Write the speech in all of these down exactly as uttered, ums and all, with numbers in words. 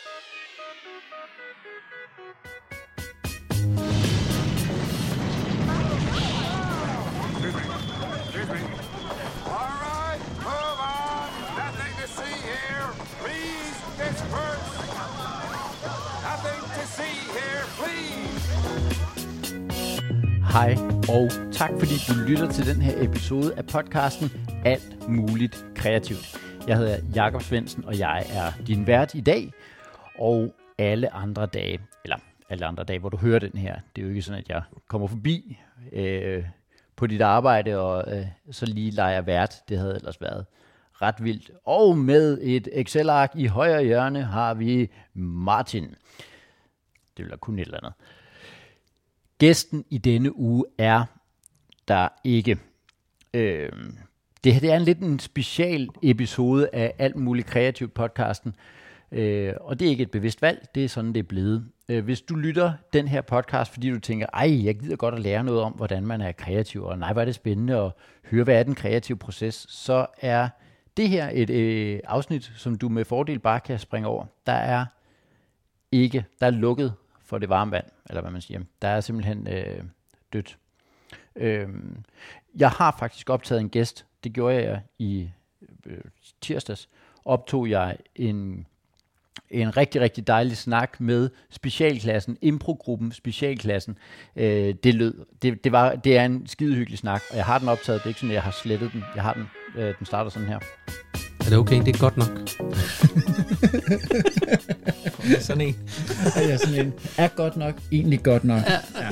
Hej, og tak fordi du lytter til den her episode af podcasten Alt Muligt Kreativt. Jeg hedder Jakob Svendsen, og jeg er din vært i dag, og alle andre dage, eller alle andre dage, hvor du hører den her. Det er jo ikke sådan, at jeg kommer forbi øh, på dit arbejde, og øh, så lige leger vært. Det havde ellers været ret vildt. Og med et Excel-ark i højre hjørne har vi Martin. Det vil da kun et eller andet. Gæsten i denne uge er der ikke. Øh, det her det er en lidt en special episode af Alt Muligt Kreativt podcasten, øh, og det er ikke et bevidst valg, det er sådan, det er blevet. Øh, hvis du lytter den her podcast, fordi du tænker, ej, jeg gider godt at lære noget om, hvordan man er kreativ, og nej, hvor er det spændende at høre, hvad er den kreative proces, så er det her et øh, afsnit, som du med fordel bare kan springe over. Der er ikke, der er lukket for det varme vand, eller hvad man siger. Der er simpelthen øh, dødt. Øh, jeg har faktisk optaget en gæst. Det gjorde jeg i øh, tirsdags. Optog jeg en, en rigtig, rigtig dejlig snak med specialklassen, improgruppen specialklassen. Øh, det lød, det, det, var, det er en skidehyggelig snak, og jeg har den optaget. Det er ikke sådan, at jeg har slettet den. Jeg har den. Øh, den starter sådan her. Er det okay? Det er godt nok. Sådan en. Ja, sådan en. Er godt nok. Egentlig godt nok. Ja. Ja.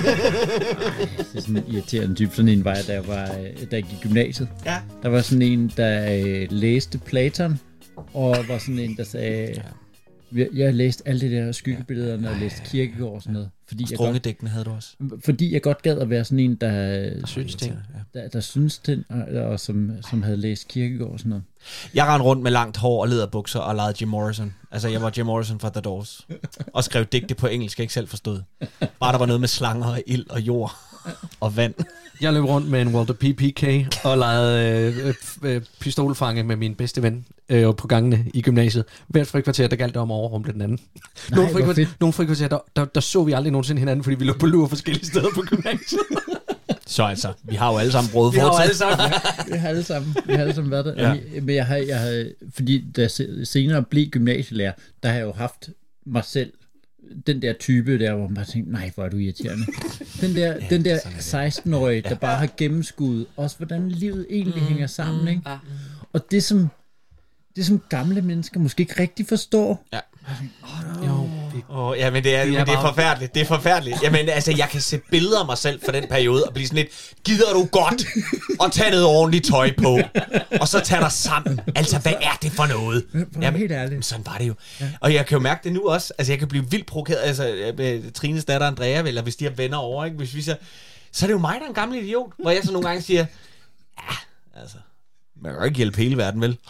Det er sådan en irriterende type. Sådan en var jeg, da jeg, var, da jeg gik i gymnasiet. Ja. Der var sådan en, der øh, læste Platon, og var sådan en, der sagde... Ja. Jeg har læst alle de der skyggebillederne og læst Kierkegaard og sådan noget. Fordi jeg Strungedækkene havde du også. Fordi jeg godt gad at være sådan en, der synes ting, ja. der, der synes ting, og, og som, som havde læst Kierkegaard og sådan noget. Jeg rendte rundt med langt hår og læderbukser og legede Jim Morrison. Altså, jeg var Jim Morrison fra The Doors. Og skrev digte på engelsk, jeg ikke selv forstod. Bare der var noget med slanger og ild og jord og vand. Jeg løb rundt med en Walter P P K og legede øh, øh, pistolfange med min bedste ven øh, på gangene i gymnasiet. Hvert frikvarter, der galt det om at overrumple den anden. Nej, nogle frikvarter, nogle frikvarter der, der, der så vi aldrig nogensinde hinanden, fordi vi lå på lur forskellige steder på gymnasiet. Så altså, vi har jo alle sammen brød for alle sammen. Vi har alle sammen, vi har alle sammen været der. Ja. Men jeg har, jeg har, fordi da jeg senere blev gymnasielærer, der har jeg jo haft mig selv, den der type der, hvor man bare tænkte, nej, hvor er du irriterende. Den der, ja, den der seksten-årige, der bare har gennemskuet også, hvordan livet egentlig mm, hænger sammen, ikke? Mm, og det som, det som gamle mennesker måske ikke rigtig forstår. Ja. Oh, jo. Oh, ja, men det er, det er, men det er forfærdeligt. Det er forfærdeligt. Jamen, altså, jeg kan se billeder af mig selv fra den periode og blive sådan lidt, gider du godt at tage noget ordentligt tøj på, og så tage dig sammen. Altså, hvad er det for noget? Jamen, helt ærligt. Sådan var det jo. Ja. Og jeg kan jo mærke det nu også. Altså, jeg kan blive vildt provokeret. Altså, med Trines datter Andrea, eller hvis de har venner over, ikke? Hvis vi så, så er det jo mig, der er en gammel idiot, hvor jeg så nogle gange siger, ja, altså, man kan jo ikke hjælpe hele verden, vel?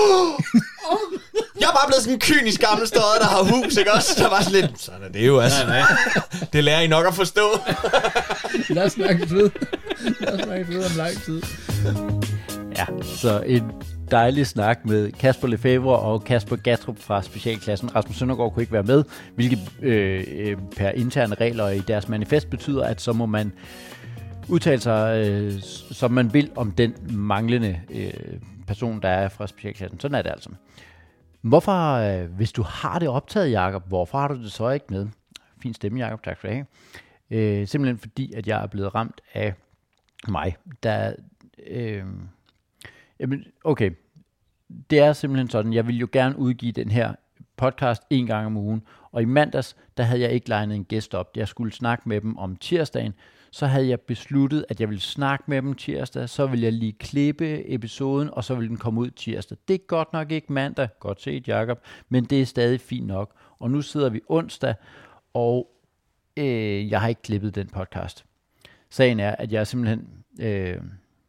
Jeg er bare blevet sådan en kynisk gammel støder, der har hus, ikke også? Der var sådan lidt, sådan er det jo, altså. Ja, det lærer I nok at forstå. Lad os snakke flød. Lad os snakke flød om lang tid. Ja, så en dejlig snak med Kasper Lefebvre og Kasper Gattrup fra specialklassen. Rasmus Søndergaard kunne ikke være med, hvilket øh, per interne regler i deres manifest betyder, at så må man udtale sig, øh, som man vil, om den manglende øh, person, der er fra specialklassen. Sådan er det altså. Hvorfor, øh, hvis du har det optaget, Jakob, hvorfor har du det så ikke med? Fin stemme, Jakob, tak for det. Øh, simpelthen fordi, at jeg er blevet ramt af mig. Der, øh, jamen, okay, det er simpelthen sådan, jeg vil jo gerne udgive den her podcast en gang om ugen, og i mandags, der havde jeg ikke legnet en gæst op. Jeg skulle snakke med dem om tirsdagen, så havde jeg besluttet, at jeg ville snakke med dem tirsdag, så ville jeg lige klippe episoden, og så ville den komme ud tirsdag. Det er godt nok ikke mandag, godt set Jakob, men det er stadig fint nok. Og nu sidder vi onsdag, og øh, jeg har ikke klippet den podcast. Sagen er, at jeg er simpelthen, øh,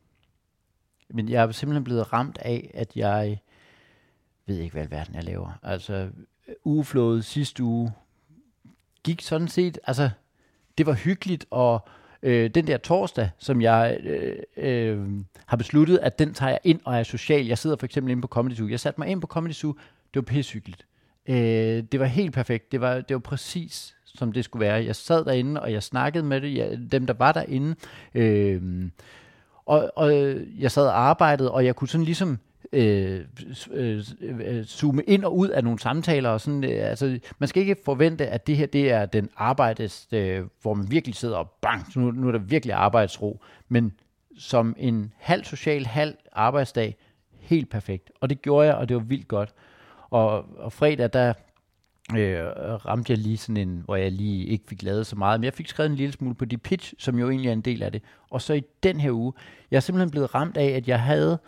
men jeg er simpelthen blevet ramt af, at jeg ved ikke, hvad alverden jeg laver. Altså, ugeflådet sidste uge gik sådan set, altså, det var hyggeligt, og øh, den der torsdag, som jeg øh, øh, har besluttet, at den tager jeg ind og er social. Jeg sidder for eksempel inde på Comedy Zoo. Jeg satte mig ind på Comedy Zoo. Det var pissehyggeligt. Øh, det var helt perfekt. Det var, det var præcis, som det skulle være. Jeg sad derinde, og jeg snakkede med det, jeg, dem, der var derinde. Øh, og, og jeg sad og arbejdede, og jeg kunne sådan ligesom øh, øh, øh, zoome ind og ud af nogle samtaler. Og sådan, øh, altså, man skal ikke forvente, at det her det er den arbejdes, øh, hvor man virkelig sidder og bang, så nu, nu er der virkelig arbejdsro. Men som en halv social, halv arbejdsdag, helt perfekt. Og det gjorde jeg, og det var vildt godt. Og, og fredag, der øh, ramte jeg lige sådan en, hvor jeg lige ikke fik lavet så meget, men jeg fik skrevet en lille smule på de pitch, som jo egentlig er en del af det. Og så i den her uge, jeg er simpelthen blevet ramt af, at jeg havde,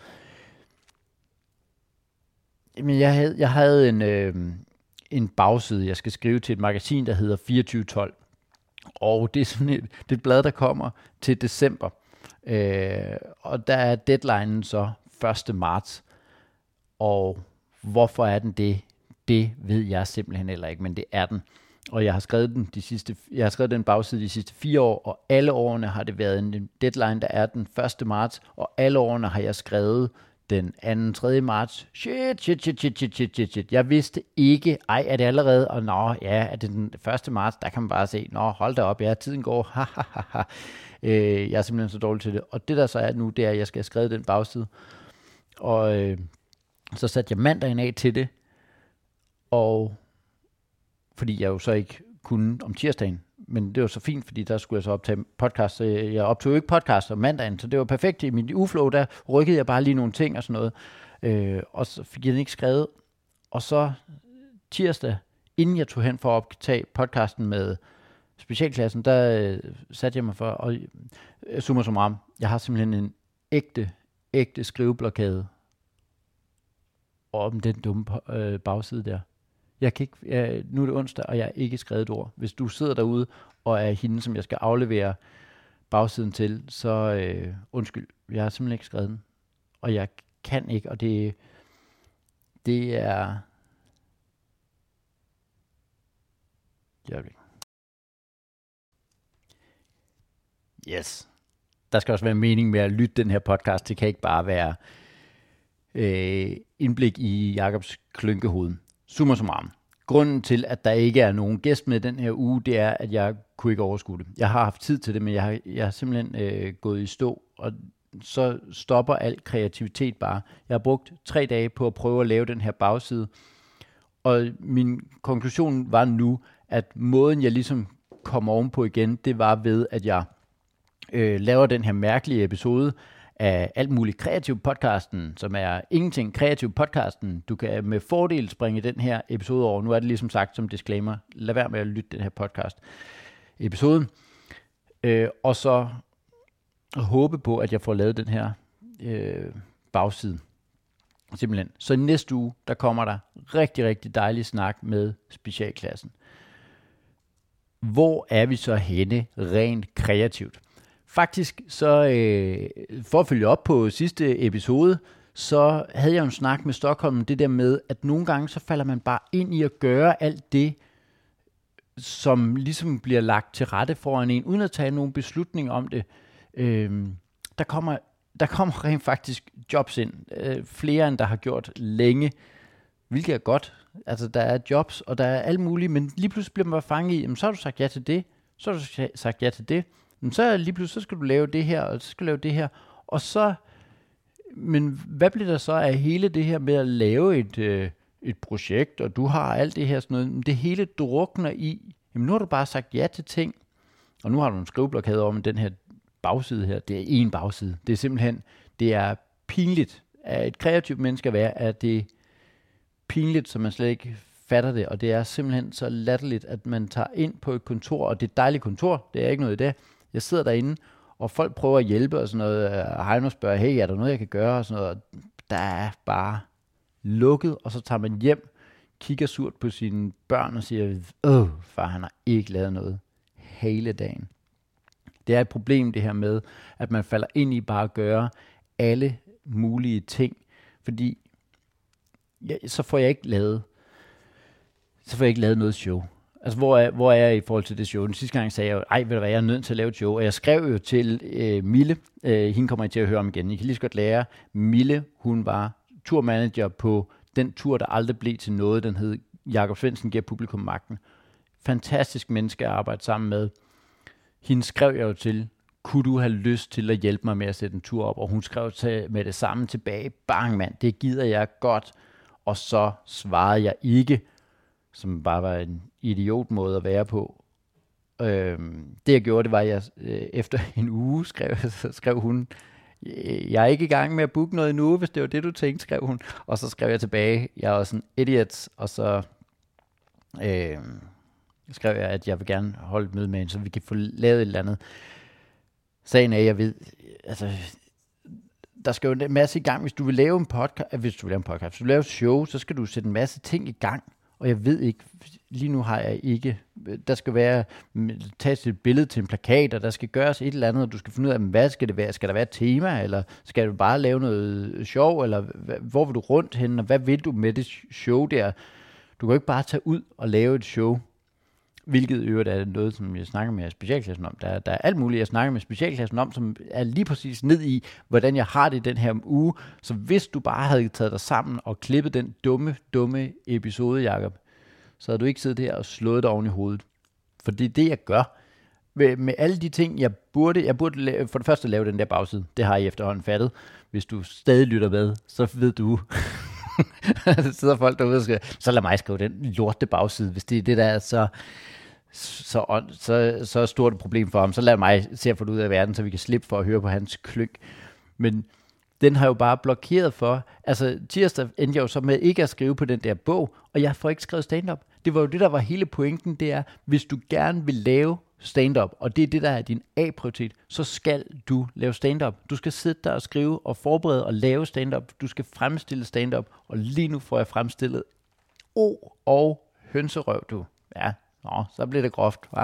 jamen jeg havde, jeg havde en, øh, en bagside, jeg skal skrive til et magasin, der hedder fireogtyve tolv. Og det er sådan et, det er et blad, der kommer til december. Øh, og der er deadlinen så første marts. Og hvorfor er den det? Det ved jeg simpelthen heller ikke, men det er den. Og jeg har skrevet den de sidste, jeg har skrevet den bagside de sidste fire år, og alle årene har det været en deadline, der er den første marts, og alle årene har jeg skrevet den anden, tredje marts. Shit, shit, shit, shit, shit, shit, shit, shit. Jeg vidste ikke, ej, er det allerede? Og nå, ja, er det den første marts? Der kan man bare se, nå, hold da op, ja, tiden går. Ha, ha, ha, ha. Øh, jeg er simpelthen så dårlig til det. Og det der så er nu, det er, at jeg skal have skrevet den bagside. Og øh, så satte jeg mandagen af til det, og fordi jeg jo så ikke kunne om tirsdagen, men det var så fint, fordi der skulle jeg så optage podcast, så jeg optog jo ikke podcast om mandagen, så det var perfekt. I mit ugeflow, der rykkede jeg bare lige nogle ting og sådan noget, øh, og så fik jeg den ikke skrevet, og så tirsdag, inden jeg tog hen for at optage podcasten med specialklassen, der øh, satte jeg mig for, og øh, summa summarum, jeg har simpelthen en ægte, ægte skriveblokade om den dumme øh, bagside der. Jeg kan ikke, jeg, nu er det onsdag, og jeg har ikke skrevet et ord. Hvis du sidder derude og er hende, som jeg skal aflevere bagsiden til, så øh, undskyld, jeg har simpelthen ikke skrevet den. Og jeg kan ikke, og det, det er... Jeg vil. Yes. Der skal også være mening med at lytte den her podcast. Det kan ikke bare være øh, indblik i Jakobs klynkehoved. Summa summarum. Grunden til, at der ikke er nogen gæst med den her uge, det er, at jeg kunne ikke overskue det. Jeg har haft tid til det, men jeg har, jeg har simpelthen øh, gået i stå, og så stopper al kreativitet bare. Jeg har brugt tre dage på at prøve at lave den her bagside, og min konklusion var nu, at måden, jeg ligesom kom ovenpå igen, det var ved, at jeg øh, laver den her mærkelige episode af alt muligt kreativ podcasten, som er ingenting kreativ podcasten. Du kan med fordel springe den her episode over. Nu er det ligesom sagt som disclaimer. Lad være med at lytte den her podcast episode. Øh, og så håbe på, at jeg får lavet den her øh, bagside. Simpelthen. Så næste uge, der kommer der rigtig, rigtig dejlig snak med specialklassen. Hvor er vi så henne rent kreativt? Faktisk, så øh, for at følge op på sidste episode, så havde jeg jo en snak med Stockholm, det der med, at nogle gange så falder man bare ind i at gøre alt det, som ligesom bliver lagt til rette foran en, uden at tage nogen beslutning om det. Øh, der, kommer, der kommer rent faktisk jobs ind, øh, flere end der har gjort længe, hvilket er godt. Altså der er jobs, og der er alt muligt, men lige pludselig bliver man bare fanget i, jamen, så har du sagt ja til det, så har du sagt ja til det, men så lige pludselig, så skal du lave det her, og så skal du lave det her, og så, men hvad bliver der så af hele det her med at lave et, øh, et projekt, og du har alt det her sådan noget, det hele drukner i, jamen nu har du bare sagt ja til ting, og nu har du en skriveblokade om den her bagside her, det er en bagside, det er simpelthen, det er pinligt, at et kreativt menneske at være, at det er pinligt, så man slet ikke fatter det, og det er simpelthen så latterligt, at man tager ind på et kontor, og det er et dejligt kontor, det er ikke noget i det. Jeg sidder derinde, og folk prøver at hjælpe og sådan noget, og Heino spørger, hey, er der noget, jeg kan gøre, og sådan noget, og der er bare lukket, og så tager man hjem, kigger surt på sine børn og siger, åh, far, han har ikke lavet noget hele dagen. Det er et problem, det her med, at man falder ind i bare at gøre alle mulige ting, fordi ja, så får jeg ikke lavet så får jeg ikke lavet noget show. Altså, hvor er, hvor er jeg i forhold til det show? Den sidste gang sagde jeg jo, ej, ved du hvad, jeg er nødt til at lave et show. Og jeg skrev jo til øh, Mille, øh, hende kommer I til at høre om igen. I kan lige så godt lære, Mille, hun var turmanager på den tur, der aldrig blev til noget. Den hed Jakob Svendsen giver publikum magten. Fantastisk menneske at arbejde sammen med. Hende skrev jeg jo til, kunne du have lyst til at hjælpe mig med at sætte en tur op? Og hun skrev til, med det samme tilbage, bang mand, det gider jeg godt. Og så svarede jeg ikke, som bare var en idiot måde at være på. Øhm, det jeg gjorde, det var, at jeg øh, efter en uge skrev, så skrev hun, jeg er ikke i gang med at booke noget endnu, hvis det var det, du tænkte, skrev hun. Og så skrev jeg tilbage, jeg var sådan idiot, og så øh, skrev jeg, at jeg vil gerne holde et møde med hende, så vi kan få lavet et eller andet. Sagen er, jeg ved, altså, der skal jo en masse i gang, hvis du vil lave en podcast, hvis du vil lave en podcast, hvis du vil lave et show, så skal du sætte en masse ting i gang. Og jeg ved ikke, lige nu har jeg ikke, der skal være, tages et billede til en plakat, og der skal gøres et eller andet, og du skal finde ud af, hvad skal det være? Skal der være et tema, eller skal du bare lave noget sjov, eller hvor vil du rundt hen, og hvad vil du med det show der? Du kan jo ikke bare tage ud og lave et show, hvilket øvrigt er noget, som jeg snakker med specialklassen om. Der, der er alt muligt, jeg snakker med specialklassen om, som er lige præcis ned i, hvordan jeg har det i den her uge. Så hvis du bare havde taget dig sammen og klippet den dumme, dumme episode, Jakob, så havde du ikke siddet der og slået dig oven i hovedet. For det er det, jeg gør. Med, med alle de ting, jeg burde, jeg burde lave, for det første lave den der bagside. Det har I efterhånden fattet. Hvis du stadig lytter med, så ved du... så sidder folk derude og skriver, så lad mig skrive den lorte bagside, hvis det er det, der er så, så, så, så stort et problem for ham, så lad mig se at få det ud af verden, så vi kan slippe for at høre på hans klønk. Men den har jo bare blokeret for, altså tirsdag endte jeg jo så med ikke at skrive på den der bog, og jeg får ikke skrevet stand-up. Det var jo det, der var hele pointen, det er, hvis du gerne vil lave stand-up, og det er det, der er din A-prioritet, så skal du lave stand-up. Du skal sidde der og skrive og forberede og lave stand-up. Du skal fremstille stand-up, og lige nu får jeg fremstillet O og hønserøv, du. Ja, nå, så bliver det groft, hva'?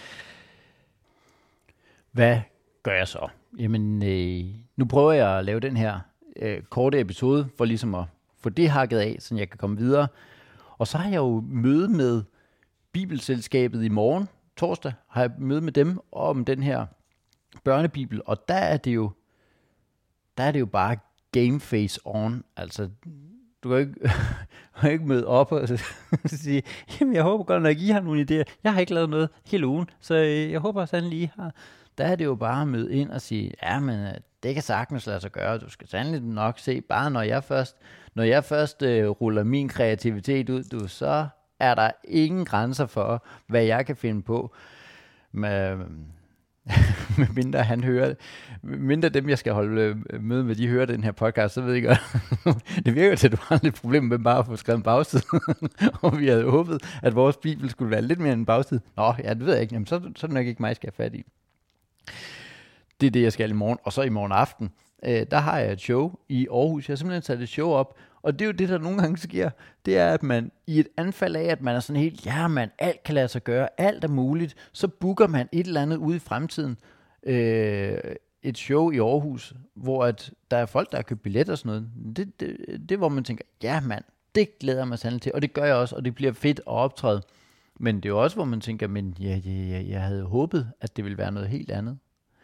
Hvad gør jeg så? Jamen, øh, nu prøver jeg at lave den her øh, korte episode, for ligesom at få det hakket af, så jeg kan komme videre. Og så har jeg jo møde med Bibelselskabet i morgen, torsdag, har jeg møde med dem om den her børnebibel, og der er det jo, der er det jo bare game face on, altså du kan ikke, ikke møde op og sige, jamen jeg håber godt nok, I har nogle idéer, jeg har ikke lavet noget hele ugen, så jeg håber sandelig, I har. Der er det jo bare at møde ind og sige, ja, men det kan sagtens lade sig gøre, du skal sandelig nok se, bare når jeg først, når jeg først øh, ruller min kreativitet ud, du, så er der ingen grænser for, hvad jeg kan finde på, med, med mindre han hører, mindre dem, jeg skal holde møde med, de hører den her podcast, så ved jeg godt, det virker til, at du har lidt problem med bare at få skrevet en bagside, og vi havde håbet, at vores bibel skulle være lidt mere end en bagside. Nå, ja, det ved jeg ikke, jamen, så, så er det nok ikke mig, jeg skal have fat i. Det er det, jeg skal i morgen, og så i morgen aften, øh, der har jeg et show i Aarhus, jeg har simpelthen sat et show op, og det er jo det, der nogle gange sker, det er, at man i et anfald af, at man er sådan helt, ja man, alt kan lade sig gøre, alt er muligt, så booker man et eller andet ude i fremtiden, øh, et show i Aarhus, hvor at der er folk, der har købt billetter og sådan noget. Det, det, det hvor man tænker, ja mand, det glæder mig sandelig til, og det gør jeg også, og det bliver fedt at optræde. Men det er jo også, hvor man tænker, men ja, ja, ja, jeg havde håbet, at det ville være noget helt andet.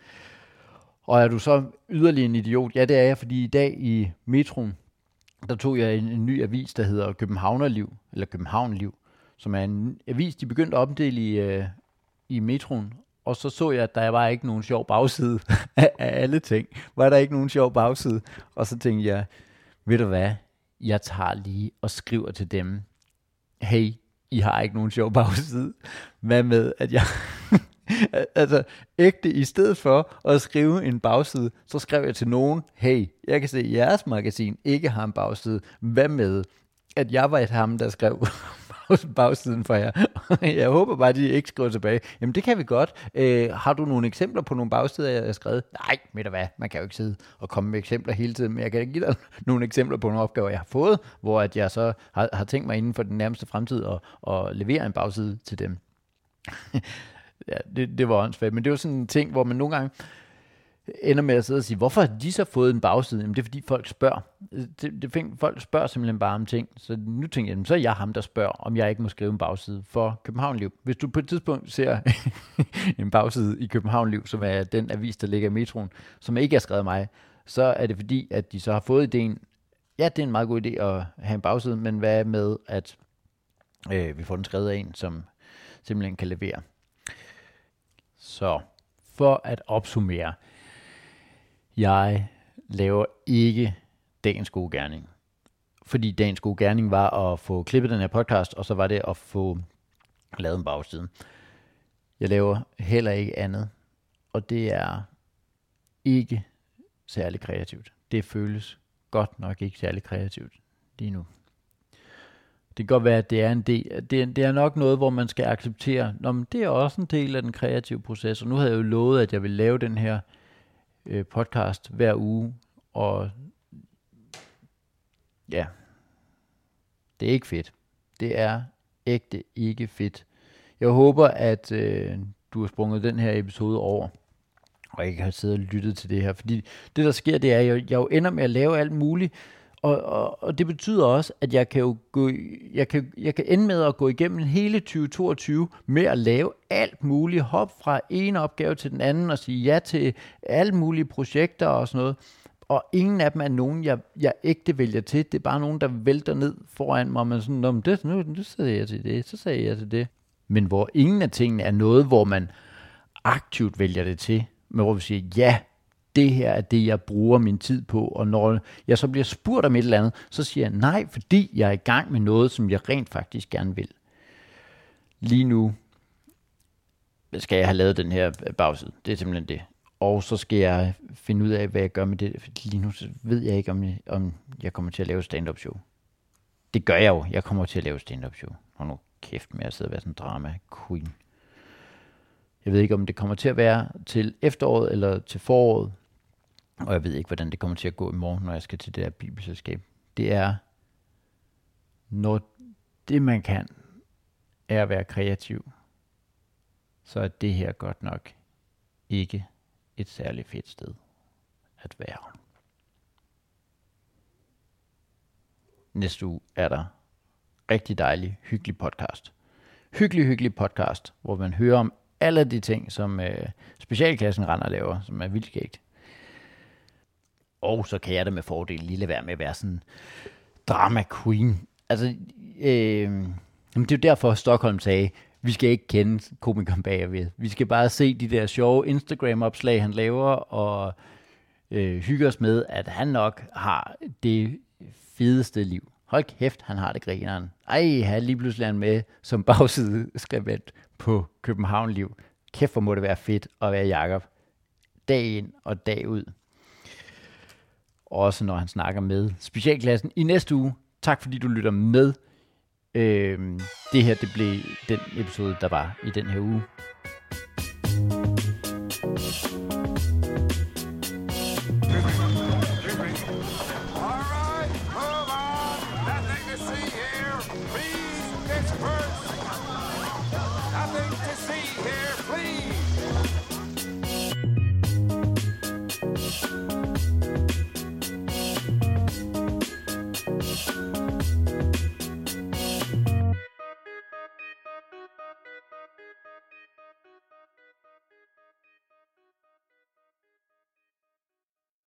Og er du så yderligere en idiot? Ja, det er jeg, fordi i dag i metroen, der tog jeg en, en ny avis, der hedder Københavnerliv, eller Københavnliv, som er en avis, de begyndte at omdele i, øh, i metroen. Og så så jeg, at der var ikke nogen sjov bagside af alle ting. Var der ikke nogen sjov bagside? Og så tænkte jeg, ved du hvad, jeg tager lige og skriver til dem, hey, I har ikke nogen sjov bagside. Hvad med, at jeg... altså ægte, i stedet for at skrive en bagside, så skrev jeg til nogen, hey, jeg kan se, at jeres magasin ikke har en bagside. Hvad med, at jeg var et ham, der skrev bagsiden for jer? Jeg håber bare, at de ikke skriver tilbage. Jamen det kan vi godt. Øh, har du nogle eksempler på nogle bagsider, jeg har skrevet? Nej, ved du hvad, man kan jo ikke sidde og komme med eksempler hele tiden, men jeg kan give dig nogle eksempler på nogle opgaver, jeg har fået, hvor at jeg så har, har tænkt mig inden for den nærmeste fremtid at, at levere en bagside til dem. Ja, det, det var åndssvagt, men det var sådan en ting, hvor man nogle gange ender med at sidde og sige, hvorfor har de så fået en bagside? Jamen det er fordi folk spørger. Det, det, folk spørger simpelthen bare om ting. Så nu tænker jeg, så er jeg ham, der spørger, om jeg ikke må skrive en bagside for Københavnliv. Hvis du på et tidspunkt ser en bagside i Københavnliv, som er den avis, der ligger i metroen, som ikke er skrevet af mig, så er det fordi, at de så har fået ideen, ja, det er en meget god idé at have en bagside, men hvad med, at Øh, vi får den skrevet af en, som simpelthen kan levere. Så for at opsummere, jeg laver ikke dagens gode gerning. Fordi dagens gode gerning var at få klippet den her podcast, og så var det at få lavet en bagside. Jeg laver heller ikke andet, og det er ikke særlig kreativt. Det føles godt nok ikke særlig kreativt lige nu. Det kan godt være, at det er en del. Det, det er nok noget, hvor man skal acceptere, nå, men det er også en del af den kreative proces. Og nu havde jeg jo lovet, at jeg ville lave den her øh, podcast hver uge, og ja, det er ikke fedt. Det er ægte ikke fedt. Jeg håber, at øh, du har sprunget den her episode over, og ikke har siddet og lyttet til det her. Fordi det, der sker, det er, at jeg, jeg jo ender med at lave alt muligt, og, og, og det betyder også, at jeg kan jo gå, jeg kan, jeg kan ende med at gå igennem hele tyve toogtyve med at lave alt muligt, hop fra en opgave til den anden, og sige ja til alle mulige projekter og sådan noget. Og ingen af dem er nogen, jeg, jeg ægte vælger til. Det er bare nogen, der vælter ned foran mig, og man sådan, Nå, det, nu, nu sagde jeg til det, så sagde jeg til det. Men hvor ingen af tingene er noget, hvor man aktivt vælger det til, men hvor vi siger, ja, det her er det, jeg bruger min tid på, og når jeg så bliver spurgt om et eller andet, så siger jeg nej, fordi jeg er i gang med noget, som jeg rent faktisk gerne vil. Lige nu skal jeg have lavet den her bagside. Det er simpelthen det. Og så skal jeg finde ud af, hvad jeg gør med det. Lige nu ved jeg ikke, om jeg, om jeg kommer til at lave stand-up show. Det gør jeg jo. Jeg kommer til at lave stand-up show. Og nu kæft med at sidde og være sådan en drama queen. Jeg ved ikke, om det kommer til at være til efteråret eller til foråret. Og jeg ved ikke, hvordan det kommer til at gå i morgen, når jeg skal til det her bibelselskab. Det er, når det man kan, er at være kreativ, så er det her godt nok ikke et særligt fedt sted at være. Næste uge er der rigtig dejlig, hyggelig podcast. Hyggelig, hyggelig podcast, hvor man hører om alle de ting, som øh, specialklassen render og laver, som er vildt skægt. Og så kan jeg da med fordel lige lade være med at være sådan drama queen. Altså, øh, det er jo derfor Stockholm sagde, vi skal ikke kende komikeren bagved. Vi skal bare se de der sjove Instagram-opslag, han laver, og øh, hygge os med, at han nok har det fedeste liv. Hold kæft, han har det grineren. Ej, han lige pludselig er med som bagsideskribent på København Liv. Kæft, hvor må det være fedt at være Jakob. Dag ind og dag ud. Også når han snakker med specialklassen i næste uge. Tak fordi du lytter med. Øh, det her, det blev den episode, der var i den her uge.